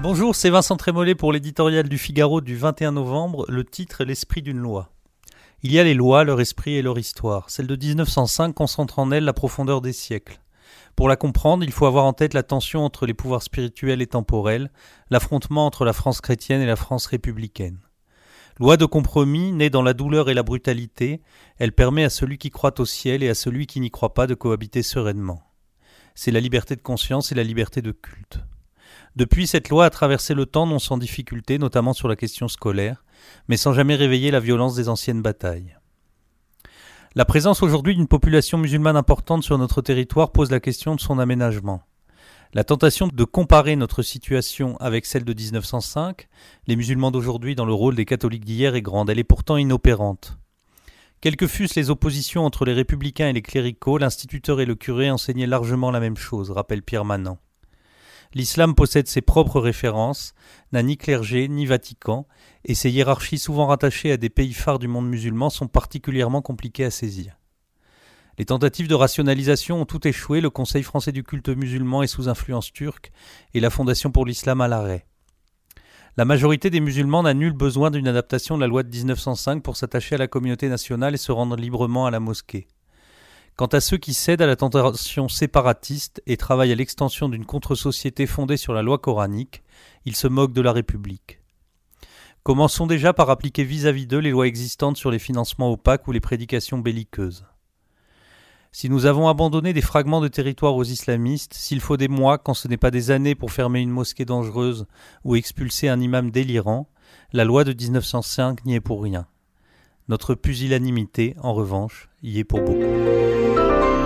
Bonjour, c'est Vincent Trémollet pour l'éditorial du Figaro du 21 novembre. Le titre est l'esprit d'une loi. Il y a les lois, leur esprit et leur histoire. Celle de 1905 concentre en elle la profondeur des siècles. Pour la comprendre, il faut avoir en tête la tension entre les pouvoirs spirituels et temporels, l'affrontement entre la France chrétienne et la France républicaine. Loi de compromis, née dans la douleur et la brutalité, elle permet à celui qui croit au ciel et à celui qui n'y croit pas de cohabiter sereinement. C'est la liberté de conscience et la liberté de culte. Depuis, cette loi a traversé le temps non sans difficulté, notamment sur la question scolaire, mais sans jamais réveiller la violence des anciennes batailles. La présence aujourd'hui d'une population musulmane importante sur notre territoire pose la question de son aménagement. La tentation de comparer notre situation avec celle de 1905, les musulmans d'aujourd'hui dans le rôle des catholiques d'hier est grande, elle est pourtant inopérante. Quelles que fussent les oppositions entre les républicains et les cléricaux, l'instituteur et le curé enseignaient largement la même chose, rappelle Pierre Manant. L'islam possède ses propres références, n'a ni clergé ni Vatican, et ses hiérarchies souvent rattachées à des pays phares du monde musulman sont particulièrement compliquées à saisir. Les tentatives de rationalisation ont tout échoué, le Conseil français du culte musulman est sous influence turque et la Fondation pour l'islam à l'arrêt. La majorité des musulmans n'a nul besoin d'une adaptation de la loi de 1905 pour s'attacher à la communauté nationale et se rendre librement à la mosquée. Quant à ceux qui cèdent à la tentation séparatiste et travaillent à l'extension d'une contre-société fondée sur la loi coranique, ils se moquent de la République. Commençons déjà par appliquer vis-à-vis d'eux les lois existantes sur les financements opaques ou les prédications belliqueuses. Si nous avons abandonné des fragments de territoire aux islamistes, s'il faut des mois, quand ce n'est pas des années pour fermer une mosquée dangereuse ou expulser un imam délirant, la loi de 1905 n'y est pour rien. Notre pusillanimité, en revanche, y est pour beaucoup.